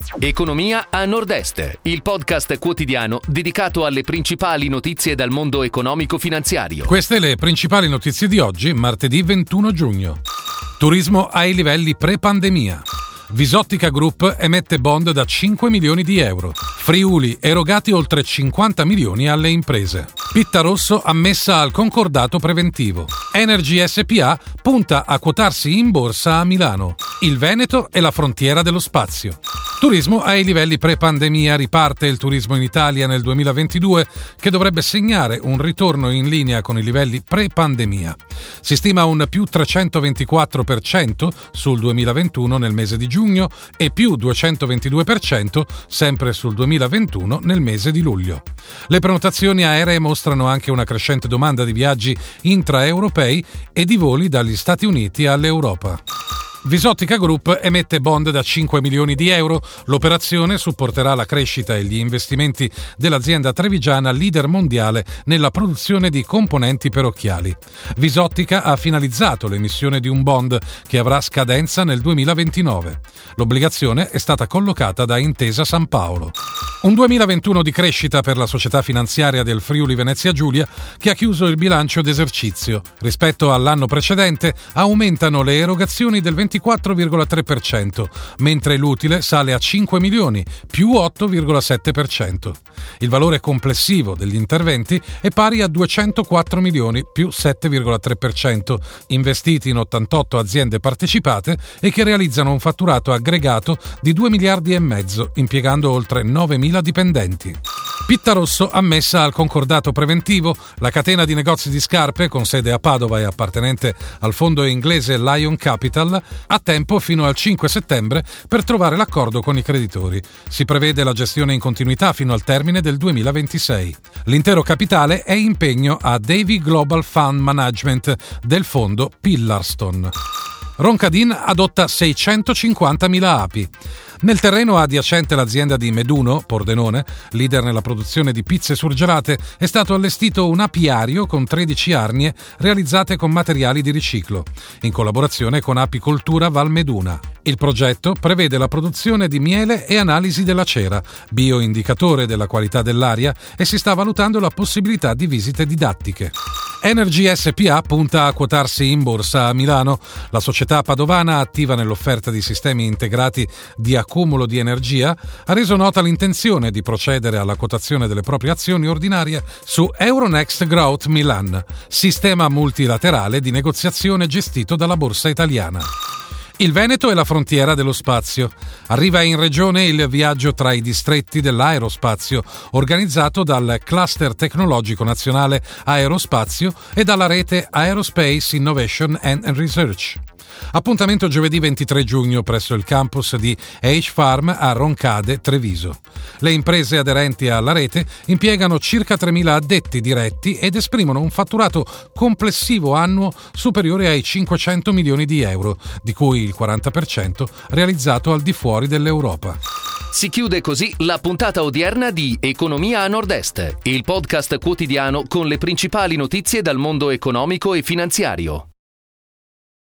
Economia a Nord-Est, il podcast quotidiano dedicato alle principali notizie dal mondo economico-finanziario. Queste le principali notizie di oggi, martedì 21 giugno. Turismo ai livelli pre-pandemia. Visottica Group emette bond da 5 milioni di euro. Friuli erogati oltre 50 milioni alle imprese. Pittarosso ammessa al concordato preventivo. Energy SpA punta a quotarsi in borsa a Milano. Il Veneto è la frontiera dello spazio. Turismo ai livelli pre-pandemia. Riparte il turismo in Italia nel 2022, che dovrebbe segnare un ritorno in linea con i livelli pre-pandemia. Si stima un più 324% sul 2021 nel mese di giugno e più 222% sempre sul 2021 nel mese di luglio. Le prenotazioni aeree mostrano anche una crescente domanda di viaggi intraeuropei e di voli dagli Stati Uniti all'Europa. Visottica Group emette bond da 5 milioni di euro. L'operazione supporterà la crescita e gli investimenti dell'azienda trevigiana leader mondiale nella produzione di componenti per occhiali. Visottica ha finalizzato l'emissione di un bond che avrà scadenza nel 2029. L'obbligazione è stata collocata da Intesa Sanpaolo. Un 2021 di crescita per la società finanziaria del Friuli Venezia Giulia, che ha chiuso il bilancio d'esercizio. Rispetto all'anno precedente aumentano le erogazioni del 24,3%, mentre l'utile sale a 5 milioni, più 8,7%. Il valore complessivo degli interventi è pari a 204 milioni, più 7,3%, investiti in 88 aziende partecipate e che realizzano un fatturato aggregato di 2 miliardi e mezzo, impiegando oltre 9.000 dipendenti. Pittarosso ammessa al concordato preventivo. La catena di negozi di scarpe, con sede a Padova e appartenente al fondo inglese Lion Capital, ha tempo fino al 5 settembre per trovare l'accordo con i creditori. Si prevede la gestione in continuità fino al termine del 2026. L'intero capitale è impegno a Davy Global Fund Management del fondo Pillarstone. Roncadin adotta 650.000 api. Nel terreno adiacente l'azienda di Meduno, Pordenone, leader nella produzione di pizze surgelate, è stato allestito un apiario con 13 arnie realizzate con materiali di riciclo, in collaborazione con Apicoltura Valmeduna. Il progetto prevede la produzione di miele e analisi della cera, bioindicatore della qualità dell'aria, e si sta valutando la possibilità di visite didattiche. Energy SpA punta a quotarsi in borsa a Milano. La società padovana, attiva nell'offerta di sistemi integrati di accumulo di energia, ha reso nota l'intenzione di procedere alla quotazione delle proprie azioni ordinarie su Euronext Growth Milan, sistema multilaterale di negoziazione gestito dalla borsa italiana. Il Veneto è la frontiera dello spazio. Arriva in regione il viaggio tra i distretti dell'aerospazio, organizzato dal Cluster Tecnologico Nazionale Aerospazio e dalla rete Aerospace Innovation and Research. Appuntamento giovedì 23 giugno presso il campus di H-Farm a Roncade, Treviso. Le imprese aderenti alla rete impiegano circa 3.000 addetti diretti ed esprimono un fatturato complessivo annuo superiore ai 500 milioni di euro, di cui il 40% realizzato al di fuori dell'Europa. Si chiude così la puntata odierna di Economia a Nord-Est, il podcast quotidiano con le principali notizie dal mondo economico e finanziario.